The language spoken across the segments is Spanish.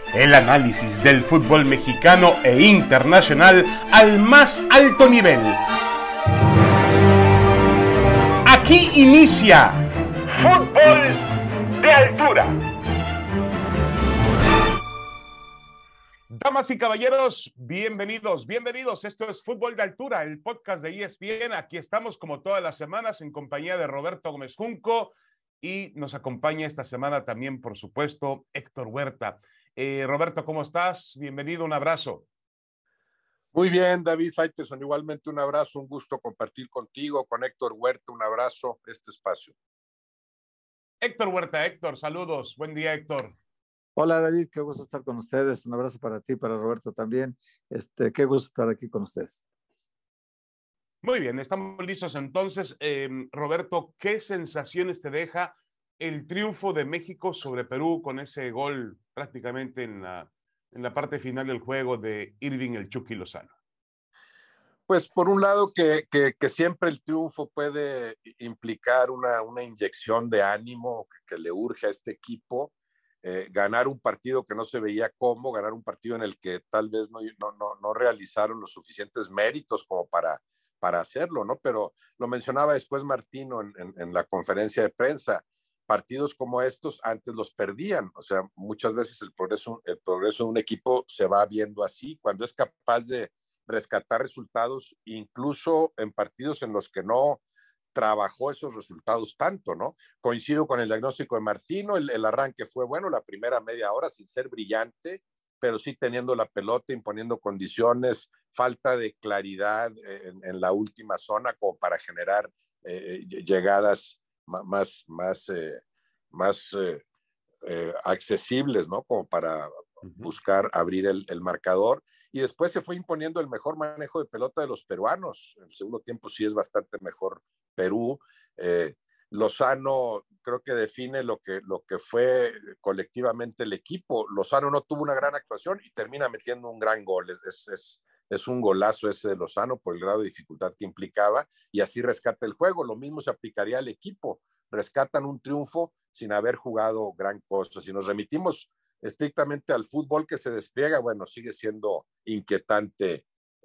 El análisis del fútbol mexicano e internacional al más alto nivel. Aquí inicia Fútbol de Altura. Damas y caballeros, bienvenidos. Esto es Fútbol de Altura, el podcast de ESPN. Aquí estamos como todas las semanas en compañía de Roberto Gómez Junco y nos acompaña esta semana también, por supuesto, Héctor Huerta. Roberto, ¿cómo estás? Bienvenido, un abrazo. Muy bien, David Faitelson, igualmente un abrazo, un gusto compartir contigo, con Héctor Huerta, un abrazo, este espacio. Héctor Huerta, saludos. Buen día, Héctor. Hola, David, qué gusto estar con ustedes. Un abrazo para ti, para Roberto también. Qué gusto estar aquí con ustedes. Muy bien, estamos listos entonces. Roberto, ¿qué sensaciones te deja el triunfo de México sobre Perú con ese gol prácticamente en la parte final del juego de Irving el Chucky Lozano? Pues por un lado que siempre el triunfo puede implicar una inyección de ánimo que le urge a este equipo, ganar un partido que no se veía cómo, ganar un partido en el que tal vez no realizaron los suficientes méritos como para hacerlo, ¿no? Pero lo mencionaba después Martino en la conferencia de prensa, partidos como estos antes los perdían, o sea, muchas veces el progreso de un equipo se va viendo así, cuando es capaz de rescatar resultados, incluso en partidos en los que no trabajó esos resultados tanto, ¿no? Coincido con el diagnóstico de Martino, el arranque fue bueno, la primera media hora sin ser brillante, pero sí teniendo la pelota, imponiendo condiciones, falta de claridad en la última zona como para generar llegadas más accesibles, ¿no? Como para buscar abrir el marcador. Y después se fue imponiendo el mejor manejo de pelota de los peruanos. En el segundo tiempo sí es bastante mejor Perú. Lozano creo que define lo que fue colectivamente el equipo. Lozano no tuvo una gran actuación y termina metiendo un gran gol. Es un golazo ese de Lozano por el grado de dificultad que implicaba y así rescata el juego. Lo mismo se aplicaría al equipo. Rescatan un triunfo sin haber jugado gran cosa. Si nos remitimos estrictamente al fútbol que se despliega, bueno, sigue siendo inquietante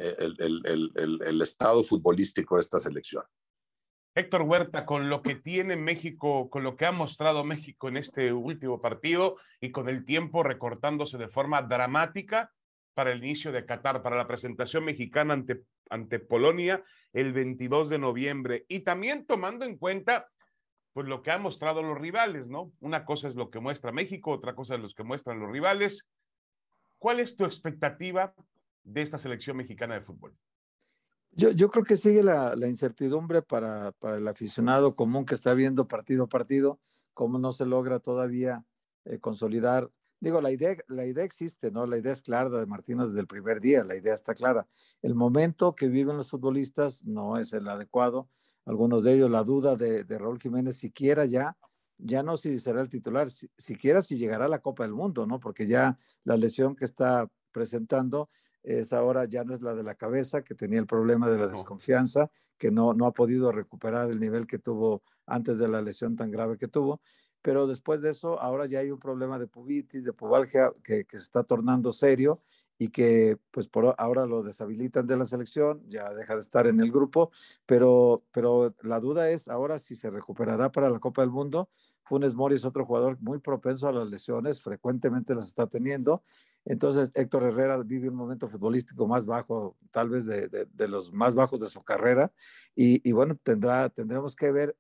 el estado futbolístico de esta selección. Héctor Huerta, con lo que tiene México, con lo que ha mostrado México en este último partido y con el tiempo recortándose de forma dramática para el inicio de Qatar, para la presentación mexicana ante Polonia el 22 de noviembre y también tomando en cuenta pues lo que han mostrado los rivales, ¿no? Una cosa es lo que muestra México, otra cosa es lo que muestran los rivales. ¿Cuál es tu expectativa de esta selección mexicana de fútbol? Yo creo que sigue la incertidumbre para el aficionado común que está viendo partido a partido, cómo no se logra todavía consolidar. Digo, la idea existe, ¿no? La idea es clara de Martínez desde el primer día, la idea está clara. El momento que viven los futbolistas no es el adecuado. Algunos de ellos, la duda de Raúl Jiménez, siquiera ya no si será el titular, siquiera si llegará a la Copa del Mundo, ¿no? Porque ya la lesión que está presentando es ahora ya no es la de la cabeza, que tenía el problema de la desconfianza, que no ha podido recuperar el nivel que tuvo antes de la lesión tan grave que tuvo, pero después de eso ahora ya hay un problema de pubitis, de pubalgia que se está tornando serio y que pues ahora lo deshabilitan de la selección, ya deja de estar en el grupo, pero la duda es ahora si se recuperará para la Copa del Mundo. Funes Mori es otro jugador muy propenso a las lesiones, frecuentemente las está teniendo. Entonces Héctor Herrera vive un momento futbolístico más bajo, tal vez de los más bajos de su carrera, y bueno, tendremos que ver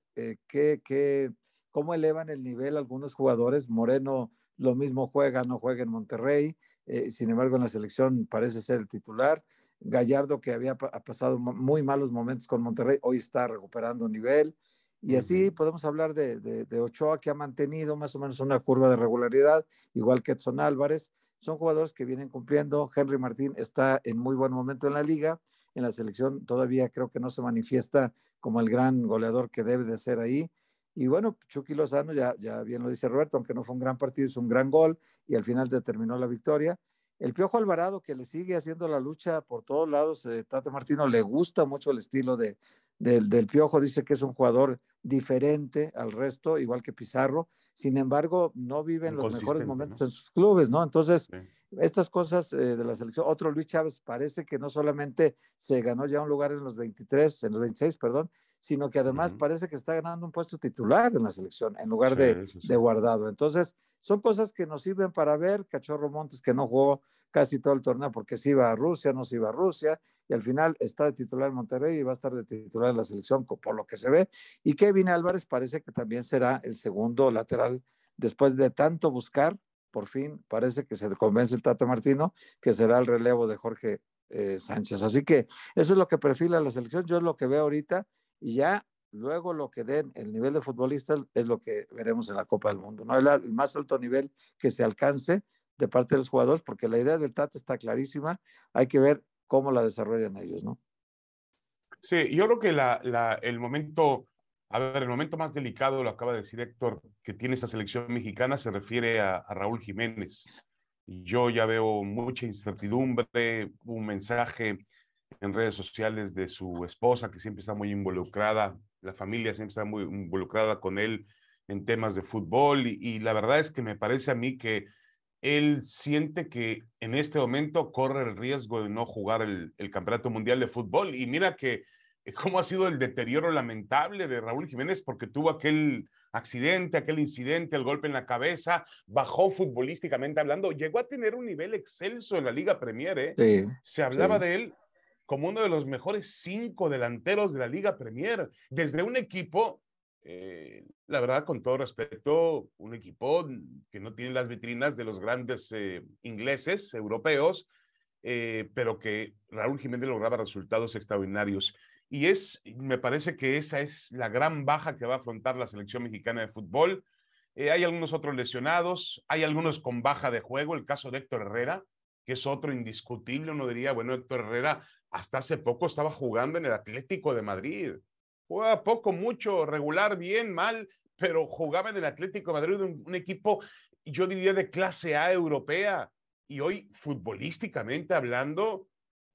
cómo elevan el nivel algunos jugadores. Moreno lo mismo no juega en Monterrey, sin embargo en la selección parece ser el titular. Gallardo, que había pasado muy malos momentos con Monterrey, hoy está recuperando nivel. Y así podemos hablar de Ochoa, que ha mantenido más o menos una curva de regularidad, igual que Edson Álvarez. Son jugadores que vienen cumpliendo. Henry Martín está en muy buen momento en la liga. En la selección todavía creo que no se manifiesta como el gran goleador que debe de ser ahí. Y bueno, Chucky Lozano, ya bien lo dice Roberto, aunque no fue un gran partido, es un gran gol y al final determinó la victoria. el Piojo Alvarado, que le sigue haciendo la lucha por todos lados. Tata Martino le gusta mucho el estilo del Piojo, dice que es un jugador diferente al resto, igual que Pizarro. Sin embargo, no viven los mejores Inconsistente, momentos ¿no? en sus clubes, ¿no? Entonces, Sí. estas cosas de la selección, otro Luis Chávez parece que no solamente se ganó ya un lugar en los 23, en los 26, perdón, sino que además parece que está ganando un puesto titular en la selección en lugar Sí, de Guardado. Entonces, son cosas que nos sirven para ver. Cachorro Montes, que no jugó casi todo el torneo porque se iba a Rusia, no se iba a Rusia, y al final está de titular en Monterrey y va a estar de titular en la selección, por lo que se ve. Y Kevin Álvarez parece que también será el segundo lateral después de tanto buscar. Por fin parece que se le convence el Tata Martino que será el relevo de Jorge Sánchez. Así que eso es lo que perfila la selección, yo es lo que veo ahorita, y ya luego lo que den el nivel de futbolista es lo que veremos en la Copa del Mundo, ¿no? El más alto nivel que se alcance de parte de los jugadores, porque la idea del Tata está clarísima, hay que ver cómo la desarrollan ellos, ¿no? Sí, yo creo que el momento, a ver, el momento más delicado, lo acaba de decir Héctor, que tiene esa selección mexicana, se refiere a Raúl Jiménez. Yo ya veo mucha incertidumbre, un mensaje en redes sociales de su esposa, que siempre está muy involucrada, la familia siempre está muy involucrada con él en temas de fútbol, y la verdad es que me parece a mí que él siente que en este momento corre el riesgo de no jugar el Campeonato Mundial de Fútbol. Y mira que cómo ha sido el deterioro lamentable de Raúl Jiménez, porque tuvo aquel accidente, aquel incidente, el golpe en la cabeza, bajó futbolísticamente hablando, llegó a tener un nivel excelso en la Liga Premier, ¿eh? Sí, Se hablaba sí. de él como uno de los mejores 5 delanteros de la Liga Premier, desde un equipo, la verdad, con todo respeto, un equipo que no tiene las vitrinas de los grandes ingleses, europeos, pero que Raúl Jiménez lograba resultados extraordinarios. Y me parece que esa es la gran baja que va a afrontar la selección mexicana de fútbol. Hay algunos otros lesionados, hay algunos con baja de juego, el caso de Héctor Herrera, que es otro indiscutible. Uno diría, bueno, Héctor Herrera hasta hace poco estaba jugando en el Atlético de Madrid. Jugaba poco, mucho, regular, bien, mal, pero jugaba en el Atlético de Madrid, un equipo, yo diría, de clase A europea. Y hoy, futbolísticamente hablando,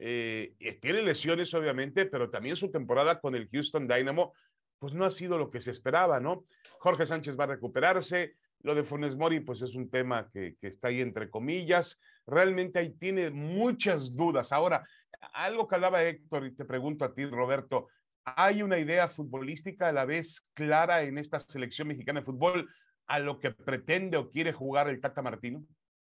tiene lesiones, obviamente, pero también su temporada con el Houston Dynamo, pues no ha sido lo que se esperaba, ¿no? Jorge Sánchez va a recuperarse. Lo de Funes Mori, pues es un tema que está ahí entre comillas. Realmente ahí tiene muchas dudas. Ahora, algo que hablaba Héctor, y te pregunto a ti, Roberto, ¿hay una idea futbolística a la vez clara en esta selección mexicana de fútbol a lo que pretende o quiere jugar el Tata Martino?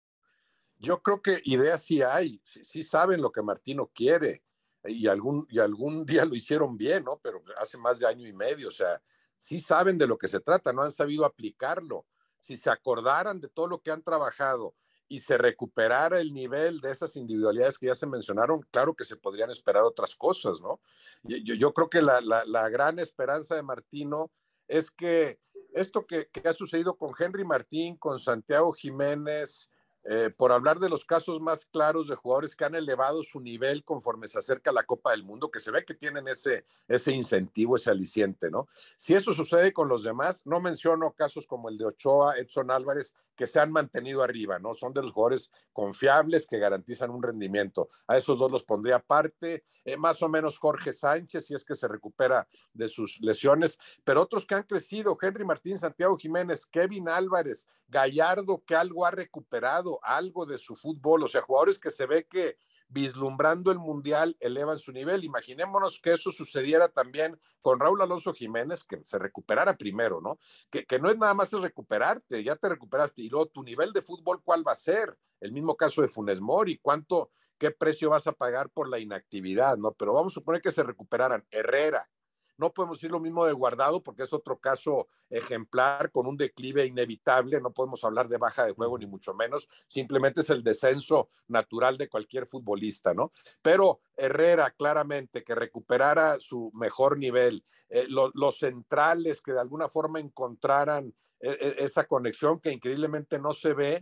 Yo creo que ideas sí hay, sí saben lo que Martino quiere, y algún día lo hicieron bien, ¿no? Pero hace más de año y medio, o sea, sí saben de lo que se trata, no han sabido aplicarlo. Si se acordaran de todo lo que han trabajado y se recuperara el nivel de esas individualidades que ya se mencionaron, claro que se podrían esperar otras cosas, ¿no? Yo creo que la gran esperanza de Martino es que esto que ha sucedido con Henry Martín, con Santiago Jiménez, por hablar de los casos más claros de jugadores que han elevado su nivel conforme se acerca la Copa del Mundo, que se ve que tienen ese incentivo, ese aliciente, ¿no? Si eso sucede con los demás, no menciono casos como el de Ochoa, Edson Álvarez, que se han mantenido arriba, ¿no? Son de los jugadores confiables que garantizan un rendimiento. A esos dos los pondría aparte, más o menos Jorge Sánchez, si es que se recupera de sus lesiones, pero otros que han crecido, Henry Martín, Santiago Jiménez, Kevin Álvarez, Gallardo, que algo ha recuperado, algo de su fútbol, o sea, jugadores que se ve que vislumbrando el Mundial elevan su nivel. Imaginémonos que eso sucediera también con Raúl Alonso Jiménez, que se recuperara primero, ¿no? Que no es nada más recuperarte, ya te recuperaste, y luego tu nivel de fútbol, ¿cuál va a ser? El mismo caso de Funes Mori, qué precio vas a pagar por la inactividad, ¿no? Pero vamos a suponer que se recuperaran Herrera. No podemos decir lo mismo de Guardado porque es otro caso ejemplar con un declive inevitable. No podemos hablar de baja de juego ni mucho menos. Simplemente es el descenso natural de cualquier futbolista, ¿no? Pero Herrera, claramente, que recuperara su mejor nivel. Los centrales que de alguna forma encontraran esa conexión que increíblemente no se ve.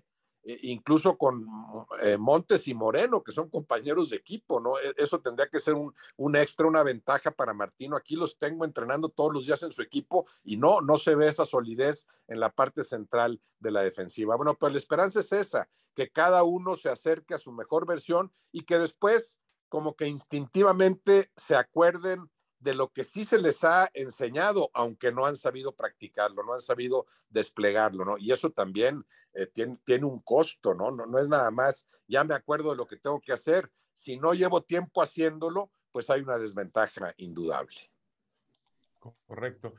incluso con Montes y Moreno, que son compañeros de equipo, ¿no? Eso tendría que ser un extra, una ventaja para Martino. Aquí los tengo entrenando todos los días en su equipo y no se ve esa solidez en la parte central de la defensiva. Bueno, pues la esperanza es esa, que cada uno se acerque a su mejor versión y que después como que instintivamente se acuerden de lo que sí se les ha enseñado, aunque no han sabido practicarlo, no han sabido desplegarlo, ¿no? Y eso también tiene un costo, ¿no? ¿no? Es nada más, ya me acuerdo de lo que tengo que hacer. Si no llevo tiempo haciéndolo, pues hay una desventaja indudable. Correcto.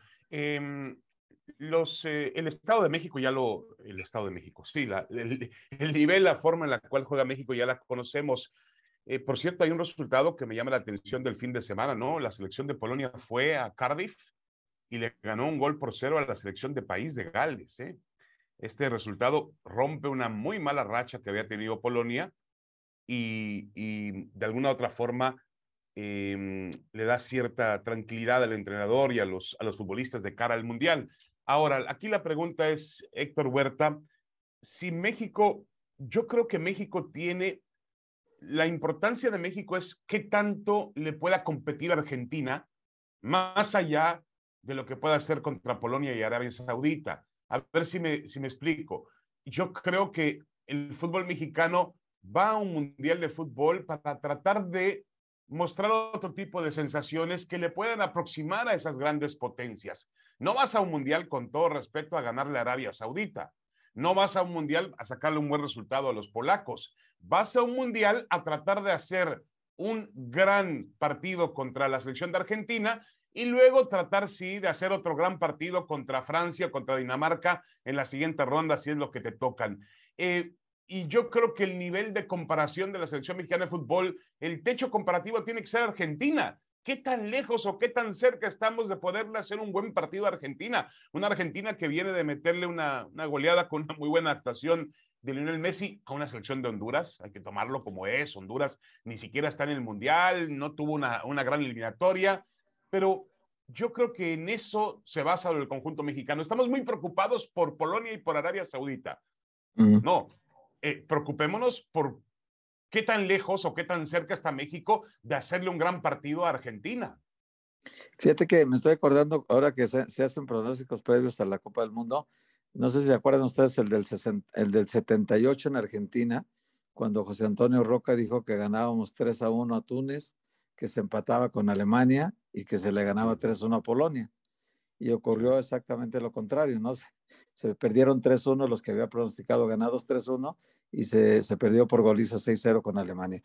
El Estado de México el Estado de México, sí, el nivel, la forma en la cual juega México ya la conocemos. Por cierto, hay un resultado que me llama la atención del fin de semana, ¿no? La selección de Polonia fue a Cardiff y le ganó 1-0 a la selección de País de Gales, ¿eh? Este resultado rompe una muy mala racha que había tenido Polonia y de alguna otra forma le da cierta tranquilidad al entrenador y a los futbolistas de cara al Mundial. Ahora, aquí la pregunta es, Héctor Huerta, si México, yo creo que México tiene, la importancia de México es qué tanto le pueda competir a Argentina, más allá de lo que pueda hacer contra Polonia y Arabia Saudita. A ver si me explico. Yo creo que el fútbol mexicano va a un mundial de fútbol para tratar de mostrar otro tipo de sensaciones que le puedan aproximar a esas grandes potencias. No vas a un mundial, con todo respeto, a ganarle a Arabia Saudita. No vas a un mundial a sacarle un buen resultado a los polacos. Vas a un mundial a tratar de hacer un gran partido contra la selección de Argentina y luego tratar, sí, de hacer otro gran partido contra Francia, contra Dinamarca en la siguiente ronda, si es lo que te tocan. Y yo creo que el nivel de comparación de la selección mexicana de fútbol, el techo comparativo tiene que ser Argentina. ¿Qué tan lejos o qué tan cerca estamos de poderle hacer un buen partido a Argentina? Una Argentina que viene de meterle una goleada con una muy buena actuación de Lionel Messi a una selección de Honduras. Hay que tomarlo como es. Honduras ni siquiera está en el Mundial, no tuvo una gran eliminatoria, pero yo creo que en eso se basa el conjunto mexicano. Estamos muy preocupados por Polonia y por Arabia Saudita. No, preocupémonos por qué tan lejos o qué tan cerca está México de hacerle un gran partido a Argentina. Fíjate que me estoy acordando ahora que se hacen pronósticos previos a la Copa del Mundo. No sé si se acuerdan ustedes el del 78 en Argentina, cuando José Antonio Roca dijo que ganábamos 3-1 a Túnez, que se empataba con Alemania y que se le ganaba 3-1 a Polonia. Y ocurrió exactamente lo contrario, ¿no? Se perdieron 3-1 los que había pronosticado ganados 3-1 y se perdió por goliza 6-0 con Alemania.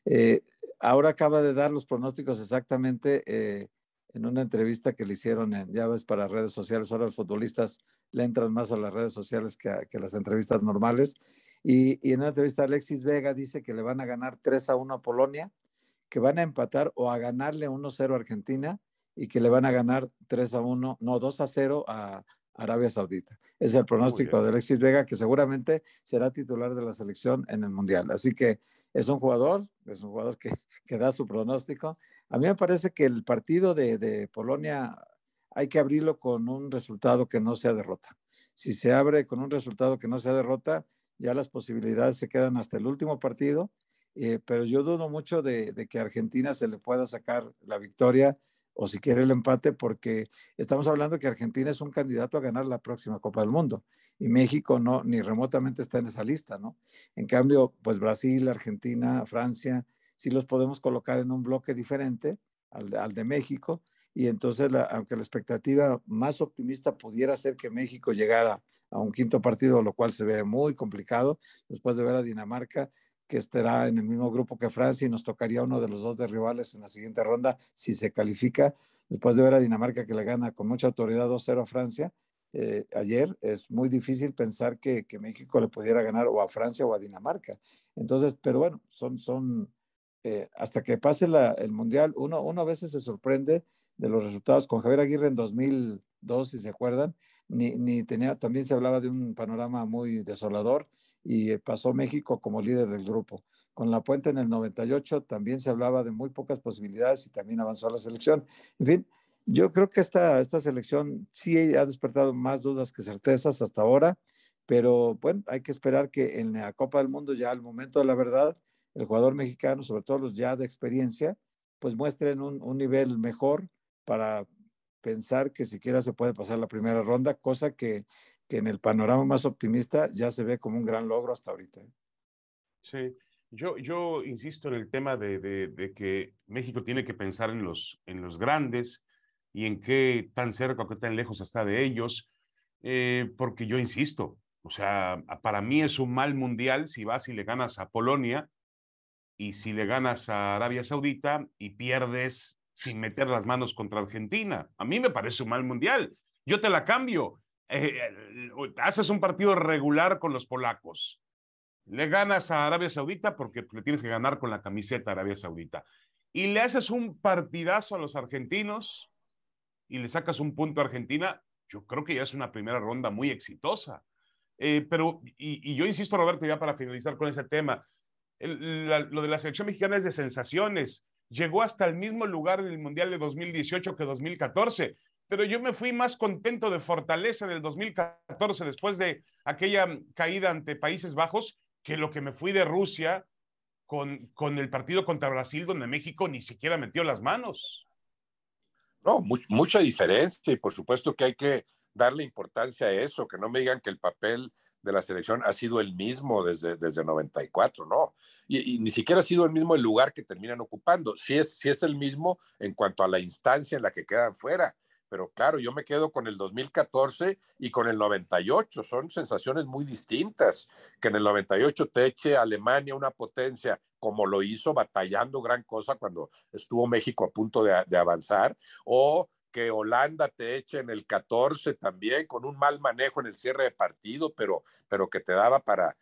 Ahora acaba de dar los pronósticos exactamente en una entrevista que le hicieron ya ves, para redes sociales. Ahora los futbolistas le entran más a las redes sociales que a las entrevistas normales. Y en una entrevista Alexis Vega dice que le van a ganar 3-1 a Polonia, que van a empatar o a ganarle 1-0 a Argentina y que le van a ganar 3-1, no, 2-0 a Arabia Saudita. Es el pronóstico de Alexis Vega, que seguramente será titular de la selección en el Mundial. Así que es un jugador que da su pronóstico. A mí me parece que el partido de Polonia hay que abrirlo con un resultado que no sea derrota. Si se abre con un resultado que no sea derrota, ya las posibilidades se quedan hasta el último partido. Pero yo dudo mucho de que a Argentina se le pueda sacar la victoria o si quiere el empate, porque estamos hablando que Argentina es un candidato a ganar la próxima Copa del Mundo y México no, ni remotamente está en esa lista, ¿no? En cambio, pues Brasil, Argentina, Francia, sí los podemos colocar en un bloque diferente al de México y entonces, aunque la expectativa más optimista pudiera ser que México llegara a un quinto partido, lo cual se ve muy complicado después de ver a Dinamarca, que estará en el mismo grupo que Francia y nos tocaría uno de los dos de rivales en la siguiente ronda si se califica. Después de ver a Dinamarca que le gana con mucha autoridad 2-0 a Francia ayer, es muy difícil pensar que México le pudiera ganar o a Francia o a Dinamarca. Entonces, pero bueno, hasta que pase el Mundial, uno a veces se sorprende de los resultados. Con Javier Aguirre en 2002, si se acuerdan, también se hablaba de un panorama muy desolador y pasó México como líder del grupo. Con La Puente en el 98 también se hablaba de muy pocas posibilidades y también avanzó la selección. En fin, yo creo que esta selección sí ha despertado más dudas que certezas hasta ahora, pero bueno, hay que esperar que en la Copa del Mundo, ya al momento de la verdad, el jugador mexicano, sobre todo los ya de experiencia, pues muestren un nivel mejor para pensar que siquiera se puede pasar la primera ronda, cosa que en el panorama más optimista ya se ve como un gran logro hasta ahorita. Sí, yo insisto en el tema de que México tiene que pensar en los grandes y en qué tan cerca o qué tan lejos está de ellos, porque yo insisto, o sea, para mí es un mal mundial si vas y le ganas a Polonia y si le ganas a Arabia Saudita y pierdes sin meter las manos contra Argentina. A mí me parece un mal mundial. Yo te la cambio. Haces un partido regular con los polacos. Le ganas a Arabia Saudita porque le tienes que ganar con la camiseta a Arabia Saudita. Y le haces un partidazo a los argentinos y le sacas un punto a Argentina. Yo creo que ya es una primera ronda muy exitosa. Y yo insisto, Roberto, ya para finalizar con ese tema, lo de la selección mexicana es de sensaciones. Llegó hasta el mismo lugar en el Mundial de 2018 que 2014, pero yo me fui más contento de Fortaleza del 2014 después de aquella caída ante Países Bajos que lo que me fui de Rusia con el partido contra Brasil donde México ni siquiera metió las manos. No, mucha diferencia y por supuesto que hay que darle importancia a eso, que no me digan que el papel de la selección ha sido el mismo desde 94, ¿no? Y ni siquiera ha sido el mismo el lugar que terminan ocupando. Sí es el mismo en cuanto a la instancia en la que quedan fuera, pero claro, yo me quedo con el 2014 y con el 98, son sensaciones muy distintas, que en el 98 te eche Alemania una potencia como lo hizo batallando gran cosa cuando estuvo México a punto de avanzar, o que Holanda te eche en el 14 también con un mal manejo en el cierre de partido, pero que te daba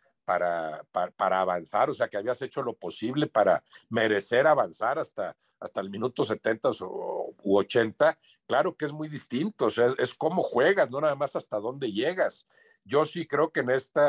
para avanzar, o sea que habías hecho lo posible para merecer avanzar hasta el minuto 70 u 80, claro que es muy distinto, o sea, es cómo juegas, no nada más hasta dónde llegas. Yo sí creo que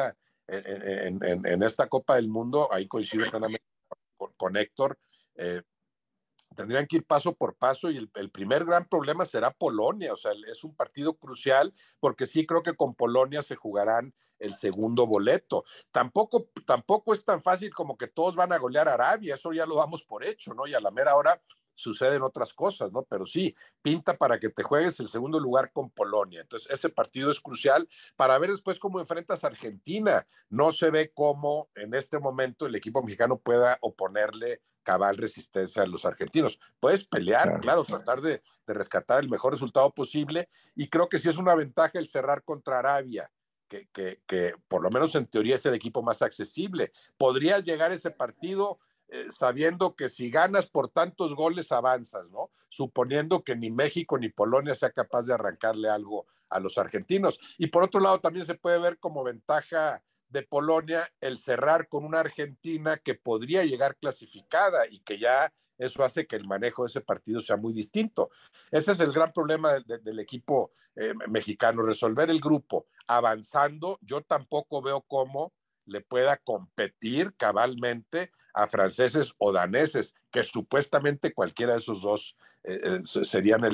en esta Copa del Mundo, ahí coincido plenamente con Héctor, tendrían que ir paso por paso y el primer gran problema será Polonia, o sea, es un partido crucial porque sí creo que con Polonia se jugarán el segundo boleto. Tampoco es tan fácil como que todos van a golear a Arabia, eso ya lo damos por hecho, ¿no? Y a la mera hora suceden otras cosas, ¿no? Pero sí, pinta para que te juegues el segundo lugar con Polonia. Entonces, ese partido es crucial para ver después cómo enfrentas a Argentina. No se ve cómo en este momento el equipo mexicano pueda oponerle cabal resistencia a los argentinos. Puedes pelear, claro, tratar de rescatar el mejor resultado posible y creo que sí es una ventaja el cerrar contra Arabia, que por lo menos en teoría es el equipo más accesible. Podrías llegar a ese partido sabiendo que si ganas por tantos goles avanzas, ¿no? Suponiendo que ni México ni Polonia sea capaz de arrancarle algo a los argentinos. Y por otro lado también se puede ver como ventaja de Polonia el cerrar con una Argentina que podría llegar clasificada y que ya eso hace que el manejo de ese partido sea muy distinto. Ese es el gran problema del equipo mexicano, resolver el grupo avanzando. Yo tampoco veo cómo le pueda competir cabalmente a franceses o daneses, que supuestamente cualquiera de esos dos serían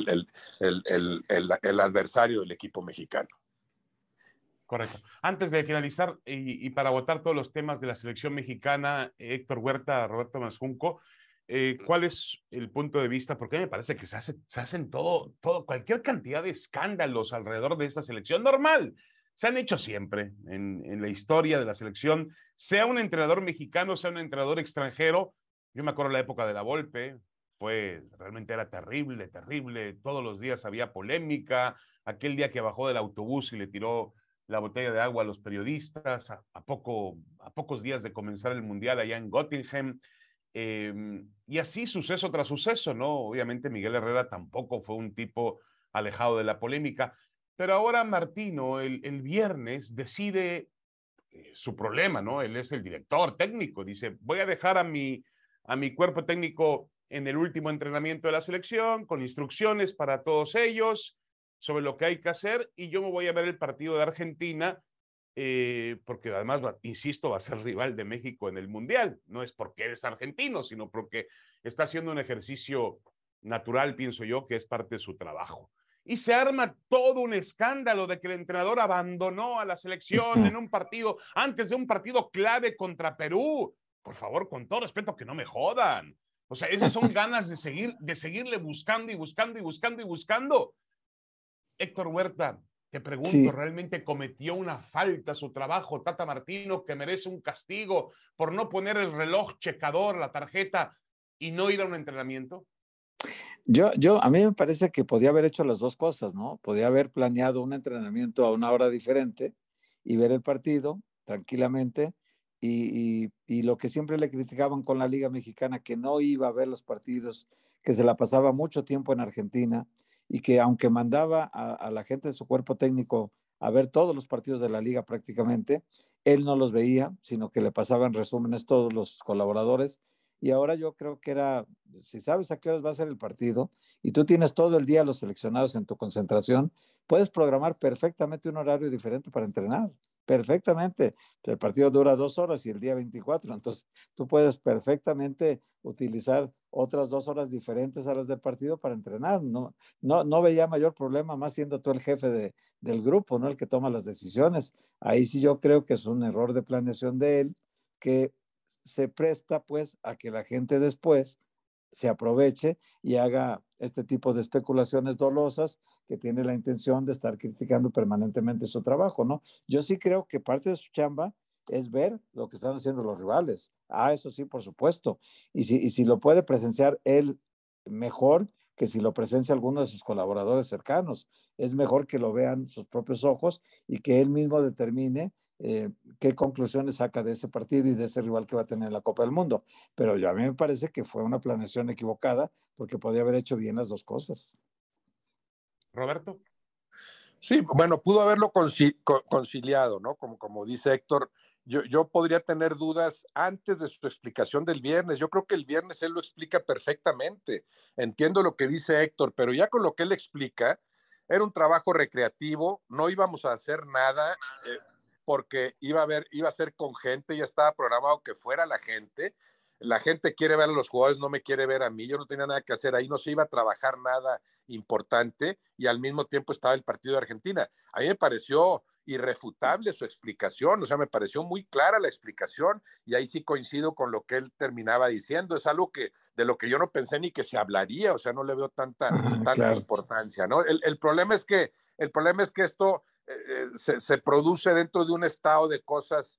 el adversario del equipo mexicano. Correcto. Antes de finalizar y para votar todos los temas de la selección mexicana, Héctor Huerta, Roberto Mazunco, ¿cuál es el punto de vista? Porque me parece que se hacen cualquier cantidad de escándalos alrededor de esta selección normal. Se han hecho siempre en la historia de la selección, sea un entrenador mexicano, sea un entrenador extranjero. Yo me acuerdo la época de la Volpe, realmente era terrible, terrible. Todos los días había polémica. Aquel día que bajó del autobús y le tiró la botella de agua a los periodistas a pocos días de comenzar el Mundial allá en Göttingen. Y así suceso tras suceso, ¿no? Obviamente Miguel Herrera tampoco fue un tipo alejado de la polémica, pero ahora Martino el viernes decide su problema, ¿no? Él es el director técnico, dice, voy a dejar a mi cuerpo técnico en el último entrenamiento de la selección, con instrucciones para todos ellos sobre lo que hay que hacer y yo me voy a ver el partido de Argentina porque además, insisto, va a ser rival de México en el Mundial. No es porque eres argentino, sino porque está haciendo un ejercicio natural, pienso yo, que es parte de su trabajo. y se arma todo un escándalo de que el entrenador abandonó a la selección en un partido, antes de un partido clave contra Perú. Por favor, con todo respeto, que no me jodan. O sea, esas son ganas de seguirle buscando y buscando y buscando y buscando. Héctor Huerta, te pregunto, Sí, ¿realmente cometió una falta su trabajo Tata Martino que merece un castigo por no poner el reloj checador, la tarjeta y no ir a un entrenamiento? a mí me parece que podía haber hecho las dos cosas, ¿no? Podía haber planeado un entrenamiento a una hora diferente y ver el partido tranquilamente. Y lo que siempre le criticaban con la Liga Mexicana, que no iba a ver los partidos, que se la pasaba mucho tiempo en Argentina y que aunque mandaba a la gente de su cuerpo técnico a ver todos los partidos de la liga prácticamente, él no los veía, sino que le pasaban resúmenes todos los colaboradores. Y ahora yo creo que era, si sabes a qué horas va a ser el partido y tú tienes todo el día los seleccionados en tu concentración, puedes programar perfectamente un horario diferente para entrenar. Perfectamente. El partido dura 2 horas y el día 24. Entonces, tú puedes perfectamente utilizar otras 2 horas diferentes a las del partido para entrenar. No veía mayor problema, más siendo tú el jefe del grupo, ¿no? El que toma las decisiones. Ahí sí yo creo que es un error de planeación de él, que se presta pues a que la gente después se aproveche y haga este tipo de especulaciones dolosas que tiene la intención de estar criticando permanentemente su trabajo, ¿no? Yo sí creo que parte de su chamba es ver lo que están haciendo los rivales. Eso sí, por supuesto. Y si lo puede presenciar él mejor que si lo presencia alguno de sus colaboradores cercanos. Es mejor que lo vean sus propios ojos y que él mismo determine qué conclusiones saca de ese partido y de ese rival que va a tener en la Copa del Mundo. Pero a mí me parece que fue una planeación equivocada porque podía haber hecho bien las dos cosas. Roberto. Sí, bueno, pudo haberlo conciliado, ¿no? Como dice Héctor, yo podría tener dudas antes de su explicación del viernes. Yo creo que el viernes él lo explica perfectamente. Entiendo lo que dice Héctor, pero ya con lo que él explica, era un trabajo recreativo, no íbamos a hacer nada porque iba a ser con gente, ya estaba programado que fuera la gente. La gente quiere ver a los jugadores, no me quiere ver a mí. Yo no tenía nada que hacer ahí, no se iba a trabajar nada importante y al mismo tiempo estaba el partido de Argentina. A mí me pareció irrefutable su explicación, o sea, me pareció muy clara la explicación y ahí sí coincido con lo que él terminaba diciendo. Es algo que de lo que yo no pensé ni que se hablaría, o sea, no le veo tanta Claro. importancia, ¿no? El problema es que esto se produce dentro de un estado de cosas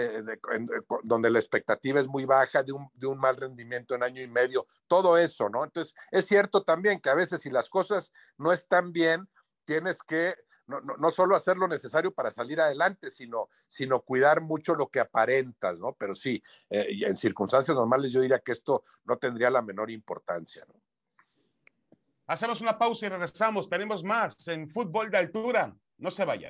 donde la expectativa es muy baja, de un mal rendimiento en año y medio, todo eso, ¿no? Entonces, es cierto también que a veces si las cosas no están bien, tienes que no solo hacer lo necesario para salir adelante, sino cuidar mucho lo que aparentas, ¿no? Pero sí, en circunstancias normales yo diría que esto no tendría la menor importancia, ¿no? Hacemos una pausa y regresamos. Tenemos más en Fútbol de Altura. No se vayan.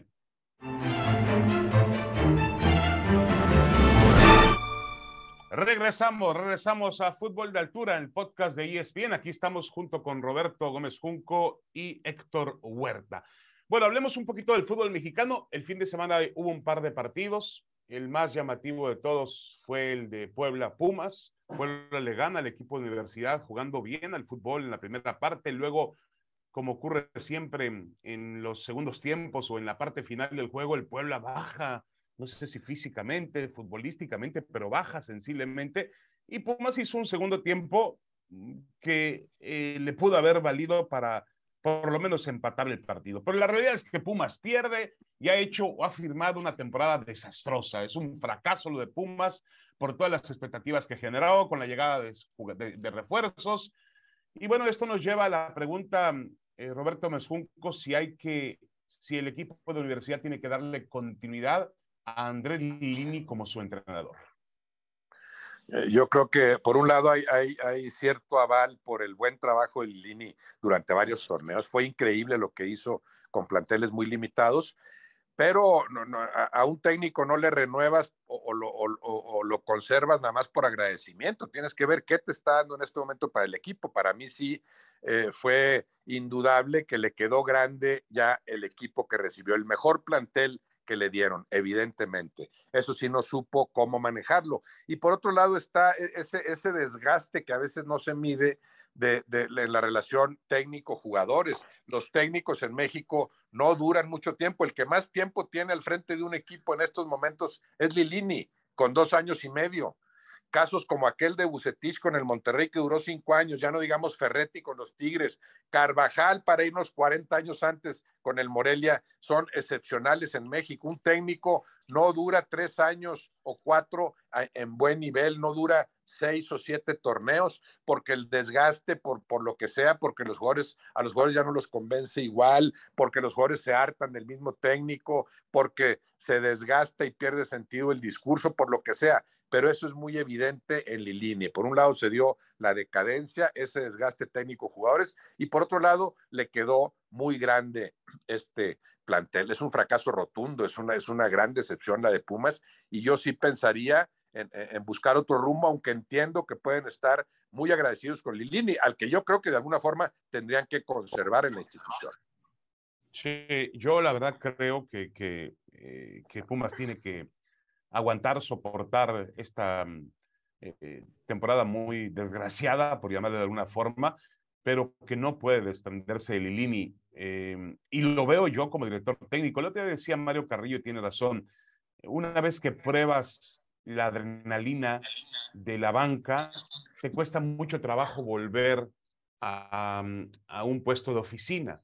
Regresamos a Fútbol de Altura, en el podcast de ESPN. Aquí estamos junto con Roberto Gómez Junco y Héctor Huerta. Bueno, hablemos un poquito del fútbol mexicano. El fin de semana hubo un par de partidos. El más llamativo de todos fue el de Puebla-Pumas. Puebla le gana al equipo de Universidad jugando bien al fútbol en la primera parte. Luego, como ocurre siempre en los segundos tiempos o en la parte final del juego, el Puebla baja, no sé si físicamente, futbolísticamente, pero baja sensiblemente. Y Pumas hizo un segundo tiempo que le pudo haber valido para por lo menos empatar el partido. Pero la realidad es que Pumas pierde y ha hecho o ha firmado una temporada desastrosa. Es un fracaso lo de Pumas por todas las expectativas que ha generado con la llegada de refuerzos. Y bueno, esto nos lleva a la pregunta, Roberto Mezcunco, si el equipo de universidad tiene que darle continuidad a Andrés Lini como su entrenador. Yo creo que por un lado hay cierto aval por el buen trabajo de Lini durante varios torneos. Fue increíble lo que hizo con planteles muy limitados, pero a un técnico no le renuevas o lo conservas nada más por agradecimiento. Tienes que ver qué te está dando en este momento para el equipo. Para mí sí fue indudable que le quedó grande ya el equipo que recibió el mejor plantel que le dieron, evidentemente. Eso sí no supo cómo manejarlo. Y por otro lado está ese desgaste que a veces no se mide de la relación técnico-jugadores. Los técnicos en México no duran mucho tiempo. El que más tiempo tiene al frente de un equipo en estos momentos es Lilini, con 2 años y medio. Casos como aquel de Vucetich con el Monterrey, que duró 5 años, ya no digamos Ferretti con los Tigres, Carvajal para irnos 40 años antes con el Morelia, son excepcionales en México. Un técnico no dura 3 años o 4 en buen nivel, no dura 6 o 7 torneos, porque el desgaste, por lo que sea, porque a los jugadores ya no los convence igual, porque los jugadores se hartan del mismo técnico, porque se desgasta y pierde sentido el discurso, por lo que sea. Pero eso es muy evidente en Lilini. Por un lado se dio la decadencia, ese desgaste técnico-jugadores, y por otro lado le quedó muy grande este plantel. Es un fracaso rotundo, es una gran decepción la de Pumas, y yo sí pensaría en buscar otro rumbo, aunque entiendo que pueden estar muy agradecidos con Lilini, al que yo creo que de alguna forma tendrían que conservar en la institución. Sí, yo la verdad creo que Pumas tiene que aguantar, soportar esta temporada muy desgraciada, por llamarle de alguna forma, pero que no puede desprenderse de Lilini. Y lo veo yo como director técnico. El otro día decía Mario Carrillo, tiene razón, una vez que pruebas la adrenalina de la banca, te cuesta mucho trabajo volver a un puesto de oficina.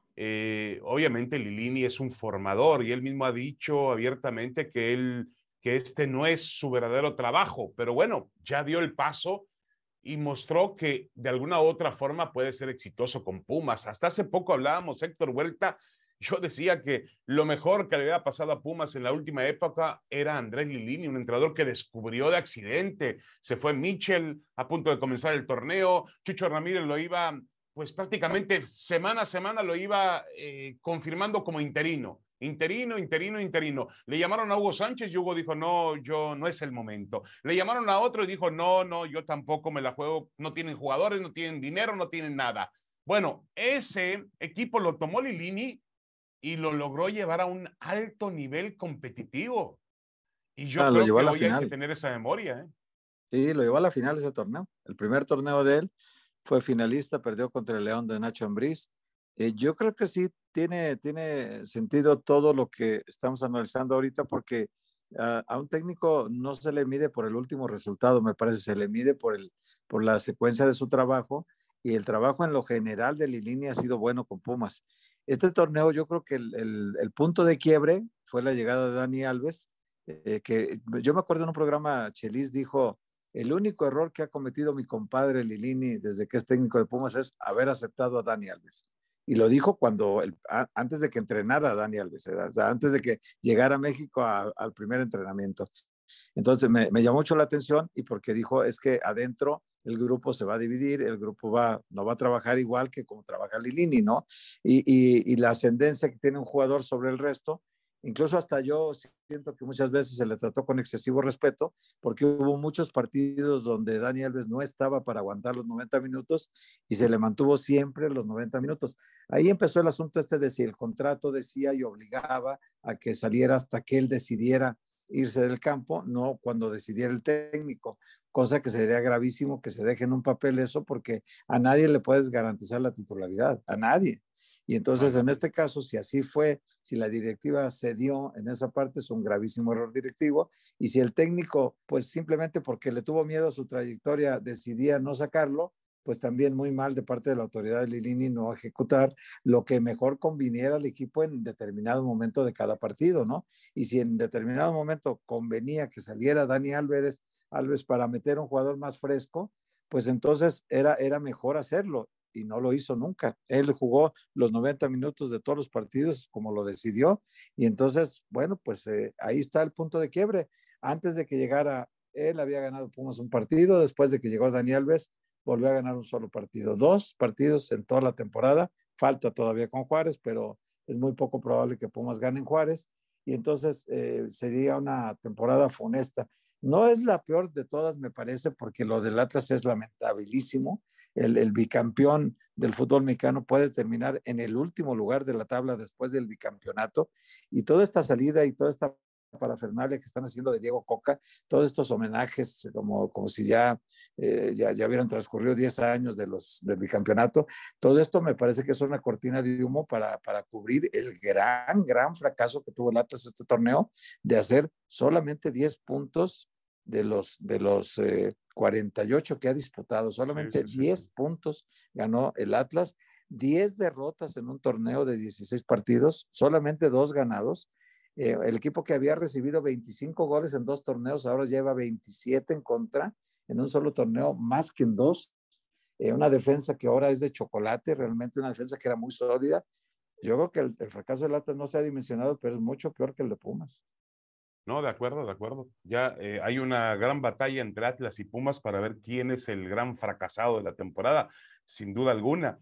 Obviamente Lilini es un formador y él mismo ha dicho abiertamente que este no es su verdadero trabajo, pero bueno, ya dio el paso y mostró que de alguna u otra forma puede ser exitoso con Pumas. Hasta hace poco hablábamos, Héctor Huerta, yo decía que lo mejor que le había pasado a Pumas en la última época era Andrés Lilini, un entrenador que descubrió de accidente. Se fue Mitchell a punto de comenzar el torneo, Chucho Ramírez lo iba, pues prácticamente semana a semana lo iba confirmando como interino. Interino. Le llamaron a Hugo Sánchez y Hugo dijo, no, yo no es el momento. Le llamaron a otro y dijo, no, yo tampoco me la juego, no tienen jugadores, no tienen dinero, no tienen nada. Bueno, ese equipo lo tomó Lilini y lo logró llevar a un alto nivel competitivo. Y yo Lo creo llevó a que la hoy hay que final. tener esa memoria, ¿eh? Sí, lo llevó a la final ese torneo. El primer torneo de él fue finalista, perdió contra el León de Nacho Ambriz. Yo creo que sí tiene sentido todo lo que estamos analizando ahorita, porque a un técnico no se le mide por el último resultado, me parece, se le mide por la secuencia de su trabajo, y el trabajo en lo general de Lilini ha sido bueno con Pumas. Este torneo, yo creo que el punto de quiebre fue la llegada de Dani Alves, que yo me acuerdo en un programa, Chelis dijo: el único error que ha cometido mi compadre Lilini desde que es técnico de Pumas es haber aceptado a Dani Alves. Y lo dijo antes de que entrenara a Dani Alves, o sea, antes de que llegara a México al primer entrenamiento. Entonces me llamó mucho la atención, y porque dijo, es que adentro el grupo se va a dividir, el grupo no va a trabajar igual que como trabaja Lilini, ¿no? Y la ascendencia que tiene un jugador sobre el resto, incluso hasta yo siento que muchas veces se le trató con excesivo respeto, porque hubo muchos partidos donde Dani Alves no estaba para aguantar los 90 minutos y se le mantuvo siempre los 90 minutos. Ahí empezó el asunto de si el contrato decía y obligaba a que saliera hasta que él decidiera irse del campo, no cuando decidiera el técnico, cosa que sería gravísimo que se deje en un papel eso, porque a nadie le puedes garantizar la titularidad, a nadie. Y entonces, en este caso, si así fue, si la directiva cedió en esa parte, es un gravísimo error directivo. Y si el técnico, pues simplemente porque le tuvo miedo a su trayectoria, decidía no sacarlo, pues también muy mal de parte de la autoridad de Lilini no ejecutar lo que mejor conviniera al equipo en determinado momento de cada partido, ¿no? Y si en determinado momento convenía que saliera Dani Alves para meter un jugador más fresco, pues entonces era mejor hacerlo, y no lo hizo nunca. Él jugó los 90 minutos de todos los partidos como lo decidió, y entonces, bueno, pues ahí está el punto de quiebre. Antes de que llegara, él había ganado Pumas un partido, después de que llegó Dani Alves, volvió a ganar un solo partido. 2 partidos en toda la temporada, falta todavía con Juárez, pero es muy poco probable que Pumas gane en Juárez, y entonces sería una temporada funesta. No es la peor de todas, me parece, porque lo del Atlas es lamentabilísimo. El bicampeón del fútbol mexicano puede terminar en el último lugar de la tabla después del bicampeonato, y toda esta salida y toda esta parafernalia que están haciendo de Diego Coca, todos estos homenajes como si ya hubieran transcurrido 10 años del bicampeonato, todo esto me parece que es una cortina de humo para cubrir el gran fracaso que tuvo el Atlas este torneo, de hacer solamente 10 puntos de los 48 que ha disputado, solamente 10 puntos ganó el Atlas, 10 derrotas en un torneo de 16 partidos, solamente 2 ganados. El equipo que había recibido 25 goles en 2 torneos, ahora lleva 27 en contra, en un solo torneo, más que en 2. Una defensa que ahora es de chocolate, realmente una defensa que era muy sólida. Yo creo que el fracaso del Atlas no se ha dimensionado, pero es mucho peor que el de Pumas. No, de acuerdo, de acuerdo. Ya hay una gran batalla entre Atlas y Pumas para ver quién es el gran fracasado de la temporada, sin duda alguna.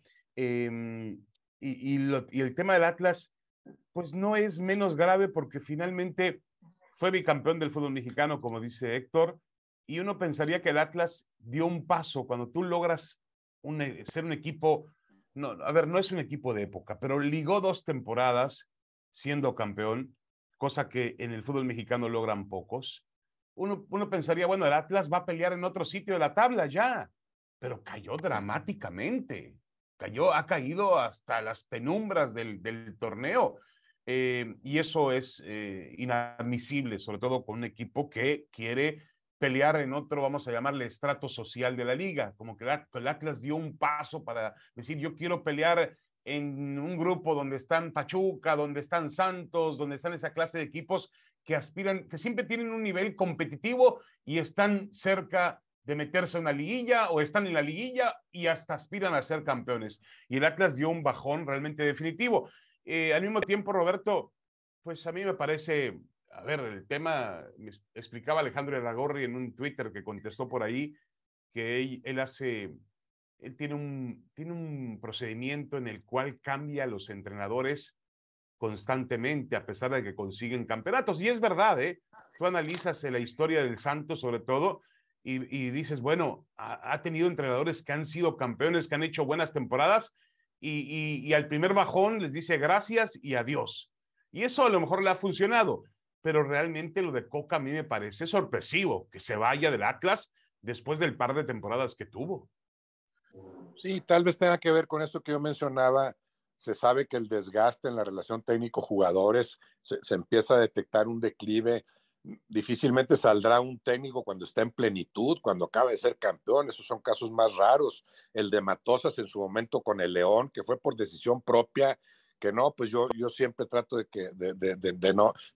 Y el tema del Atlas, pues no es menos grave porque finalmente fue bicampeón del fútbol mexicano, como dice Héctor, y uno pensaría que el Atlas dio un paso cuando tú logras ser un equipo, no, a ver, no es un equipo de época, pero ligó 2 temporadas siendo campeón, cosa que en el fútbol mexicano logran pocos. Uno pensaría, bueno, el Atlas va a pelear en otro sitio de la tabla ya, pero cayó dramáticamente, ha caído hasta las penumbras del torneo. Y eso es inadmisible, sobre todo con un equipo que quiere pelear en otro, vamos a llamarle, estrato social de la liga, como que el Atlas dio un paso para decir, yo quiero pelear en un grupo donde están Pachuca, donde están Santos, donde están esa clase de equipos que aspiran, que siempre tienen un nivel competitivo y están cerca de meterse en una liguilla o están en la liguilla y hasta aspiran a ser campeones. Y el Atlas dio un bajón realmente definitivo. Al mismo tiempo, Roberto, pues a mí me parece, a ver, el tema, me explicaba Alejandro Iragorri en un Twitter que contestó por ahí, que él tiene un procedimiento en el cual cambia a los entrenadores constantemente, a pesar de que consiguen campeonatos. Y es verdad, ¿eh? Tú analizas la historia del Santos, sobre todo, y dices, bueno, ha tenido entrenadores que han sido campeones, que han hecho buenas temporadas, y al primer bajón les dice gracias y adiós. Y eso a lo mejor le ha funcionado, pero realmente lo de Coca a mí me parece sorpresivo, que se vaya del Atlas después del par de temporadas que tuvo. Sí, tal vez tenga que ver con esto que yo mencionaba. Se sabe que el desgaste en la relación técnico-jugadores se empieza a detectar un declive. Difícilmente saldrá un técnico cuando está en plenitud, cuando acaba de ser campeón. Esos son casos más raros. El de Matosas en su momento con el León, que fue por decisión propia, que no, pues yo siempre trato de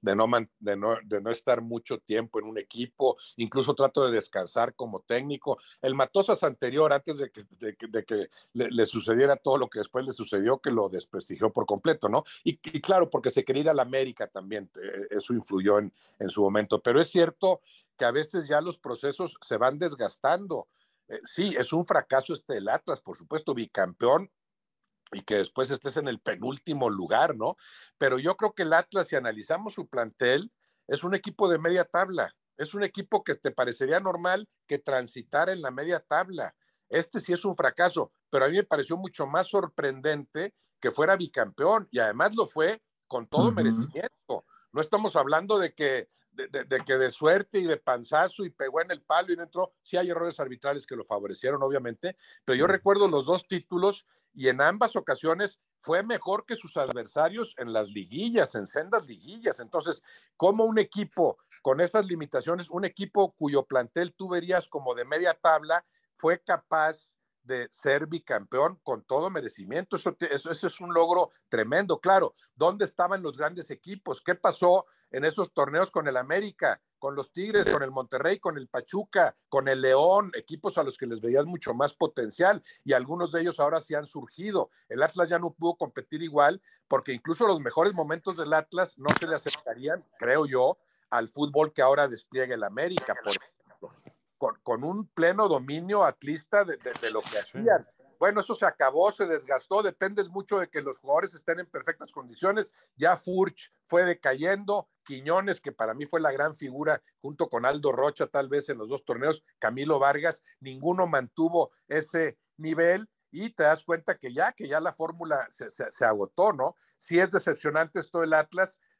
no estar mucho tiempo en un equipo, incluso trato de descansar como técnico. El Matosas anterior, antes de que le sucediera todo lo que después le sucedió, que lo desprestigió por completo, ¿no? Y claro, porque se quería ir a la América también, eso influyó en su momento, pero es cierto que a veces ya los procesos se van desgastando. Sí, es un fracaso del Atlas, por supuesto, bicampeón, y que después estés en el penúltimo lugar, ¿no? Pero yo creo que el Atlas, si analizamos su plantel, es un equipo de media tabla, es un equipo que te parecería normal que transitara en la media tabla. Este sí es un fracaso, pero a mí me pareció mucho más sorprendente que fuera bicampeón, y además lo fue con todo merecimiento. No estamos hablando de que de suerte y de panzazo y pegó en el palo y no entró. Sí hay errores arbitrales que lo favorecieron, obviamente, pero yo recuerdo los 2 títulos y en ambas ocasiones fue mejor que sus adversarios en las liguillas, en sendas liguillas. Entonces, ¿cómo un equipo con esas limitaciones, un equipo cuyo plantel tú verías como de media tabla, fue capaz de ser bicampeón con todo merecimiento? Eso es un logro tremendo. Claro, ¿dónde estaban los grandes equipos? ¿Qué pasó en esos torneos con el América, con los Tigres, con el Monterrey, con el Pachuca, con el León, equipos a los que les veías mucho más potencial, y algunos de ellos ahora sí han surgido? El Atlas ya no pudo competir igual, porque incluso los mejores momentos del Atlas no se le acercarían, creo yo, al fútbol que ahora despliega el América, por ejemplo, con un pleno dominio atlista de lo que hacían. Bueno, eso se acabó, se desgastó, dependes mucho de que los jugadores estén en perfectas condiciones. Ya Furch fue decayendo, Quiñones, que para mí fue la gran figura, junto con Aldo Rocha, tal vez en los 2 torneos, Camilo Vargas, ninguno mantuvo ese nivel, y te das cuenta que ya la fórmula se agotó, ¿no? Sí es decepcionante esto del Atlas,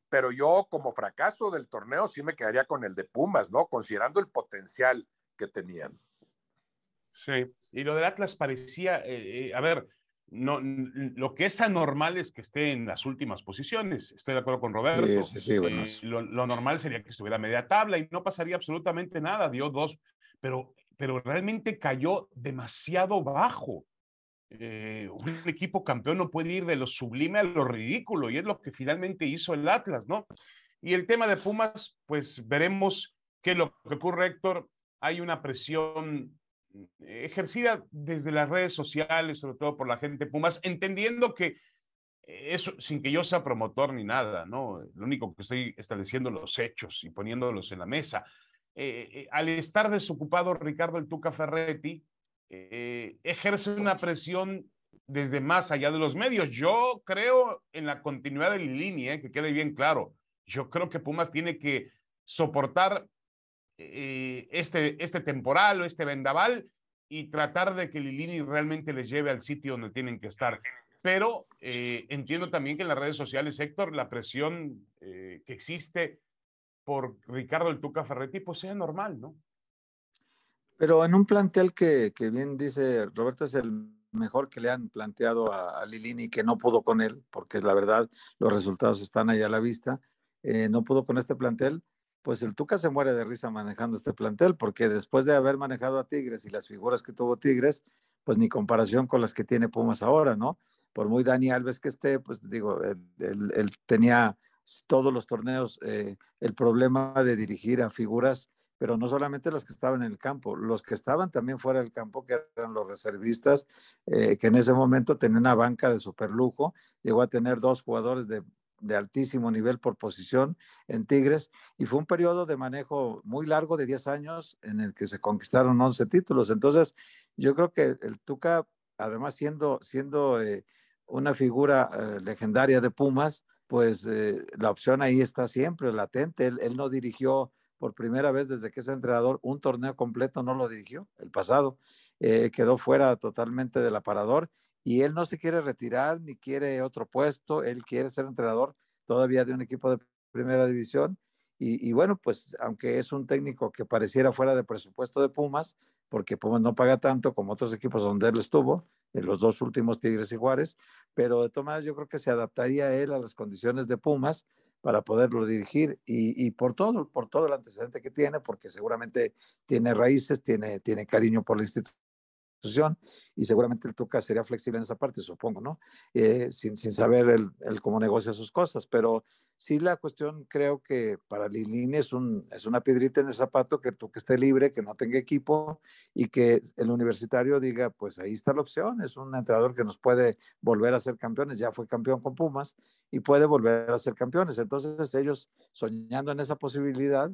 pero yo como fracaso del torneo sí me quedaría con el de Pumas, ¿no? Considerando el potencial que tenían. Sí, y lo del Atlas parecía, a ver, no, lo que es anormal es que esté en las últimas posiciones, estoy de acuerdo con Roberto. Sí, bueno. Lo normal sería que estuviera a media tabla y no pasaría absolutamente nada, dio 2, pero realmente cayó demasiado bajo. Un equipo campeón no puede ir de lo sublime a lo ridículo, y es lo que finalmente hizo el Atlas, ¿no? Y el tema de Pumas, pues veremos qué es lo que ocurre, Héctor. Hay una presión ejercida desde las redes sociales, sobre todo por la gente de Pumas, entendiendo que eso, sin que yo sea promotor ni nada, ¿no? Lo único que estoy estableciendo los hechos y poniéndolos en la mesa. Al estar desocupado Ricardo el Tuca Ferretti, ejerce una presión desde más allá de los medios. Yo creo en la continuidad de Lilini, que quede bien claro. Yo creo que Pumas tiene que soportar este temporal o este vendaval y tratar de que Lilini realmente les lleve al sitio donde tienen que estar. Pero entiendo también que en las redes sociales, Héctor, la presión que existe por Ricardo el Tuca Ferretti, pues sea normal, ¿no? Pero en un plantel que bien dice Roberto, es el mejor que le han planteado a Lilini, que no pudo con él, porque la verdad los resultados están ahí a la vista, no pudo con este plantel, pues el Tuca se muere de risa manejando este plantel, porque después de haber manejado a Tigres y las figuras que tuvo Tigres, pues ni comparación con las que tiene Pumas ahora, ¿no? Por muy Dani Alves que esté, pues digo, él tenía todos los torneos el problema de dirigir a figuras, pero no solamente los que estaban en el campo, los que estaban también fuera del campo, que eran los reservistas, que en ese momento tenía una banca de superlujo, llegó a tener 2 jugadores de altísimo nivel por posición en Tigres, y fue un periodo de manejo muy largo de 10 años en el que se conquistaron 11 títulos. Entonces, yo creo que el Tuca, además siendo una figura legendaria de Pumas, pues la opción ahí está siempre latente. Él no dirigió por primera vez desde que es entrenador un torneo completo, no lo dirigió el pasado, quedó fuera totalmente del aparador, y él no se quiere retirar ni quiere otro puesto, él quiere ser entrenador todavía de un equipo de primera división, y bueno, pues aunque es un técnico que pareciera fuera de presupuesto de Pumas, porque Pumas no paga tanto como otros equipos donde él estuvo, en los 2 últimos, Tigres y Juárez, pero de todas maneras yo creo que se adaptaría él a las condiciones de Pumas para poderlo dirigir, y por todo el antecedente que tiene, porque seguramente tiene raíces, tiene cariño por la institución, y seguramente el Tuca sería flexible en esa parte, supongo, ¿no? Sin saber el cómo negocia sus cosas, pero sí, la cuestión creo que para Lilini es una piedrita en el zapato, que el Tuca esté libre, que no tenga equipo, y que el universitario diga, pues ahí está la opción, es un entrenador que nos puede volver a ser campeones, ya fue campeón con Pumas y puede volver a ser campeones. Entonces ellos, soñando en esa posibilidad,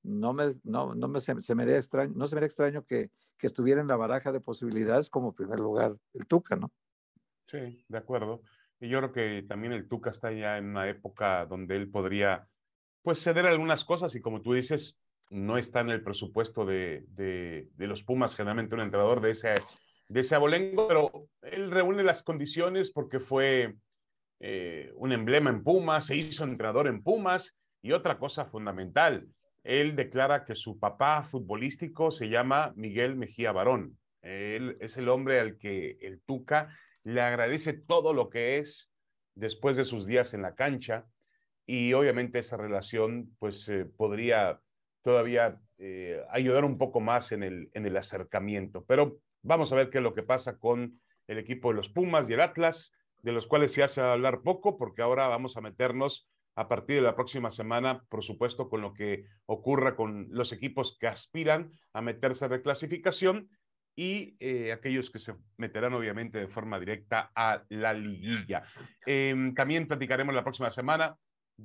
se me haría extraño, no se me haría extraño que estuviera en la baraja de posibilidades como primer lugar el Tuca, ¿no? Sí, de acuerdo. Y yo creo que también el Tuca está ya en una época donde él podría, pues, ceder algunas cosas, y como tú dices, no está en el presupuesto de los Pumas, generalmente un entrenador de ese abolengo, pero él reúne las condiciones porque fue un emblema en Pumas, se hizo entrenador en Pumas, y otra cosa fundamental, él declara que su papá futbolístico se llama Miguel Mejía Barón. Él es el hombre al que el Tuca le agradece todo lo que es después de sus días en la cancha, y obviamente esa relación pues podría todavía ayudar un poco más en el acercamiento. Pero vamos a ver qué es lo que pasa con el equipo de los Pumas y el Atlas, de los cuales se hace hablar poco, porque ahora vamos a meternos a partir de la próxima semana, por supuesto, con lo que ocurra con los equipos que aspiran a meterse a reclasificación, y aquellos que se meterán obviamente de forma directa a la liguilla. También platicaremos la próxima semana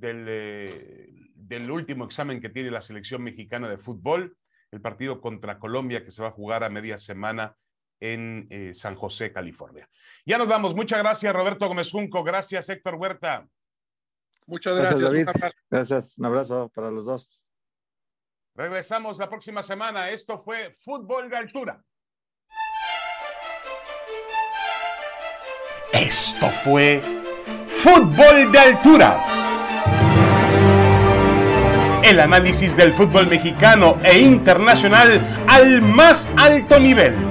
del último examen que tiene la selección mexicana de fútbol, el partido contra Colombia, que se va a jugar a media semana en San José, California. Ya nos vamos. Muchas gracias, Roberto Gómez Junco. Gracias, Héctor Huerta. Muchas gracias, David. Gracias. Un abrazo para los dos. Regresamos la próxima semana. Esto fue Fútbol de Altura. Esto fue Fútbol de Altura. El análisis del fútbol mexicano e internacional al más alto nivel.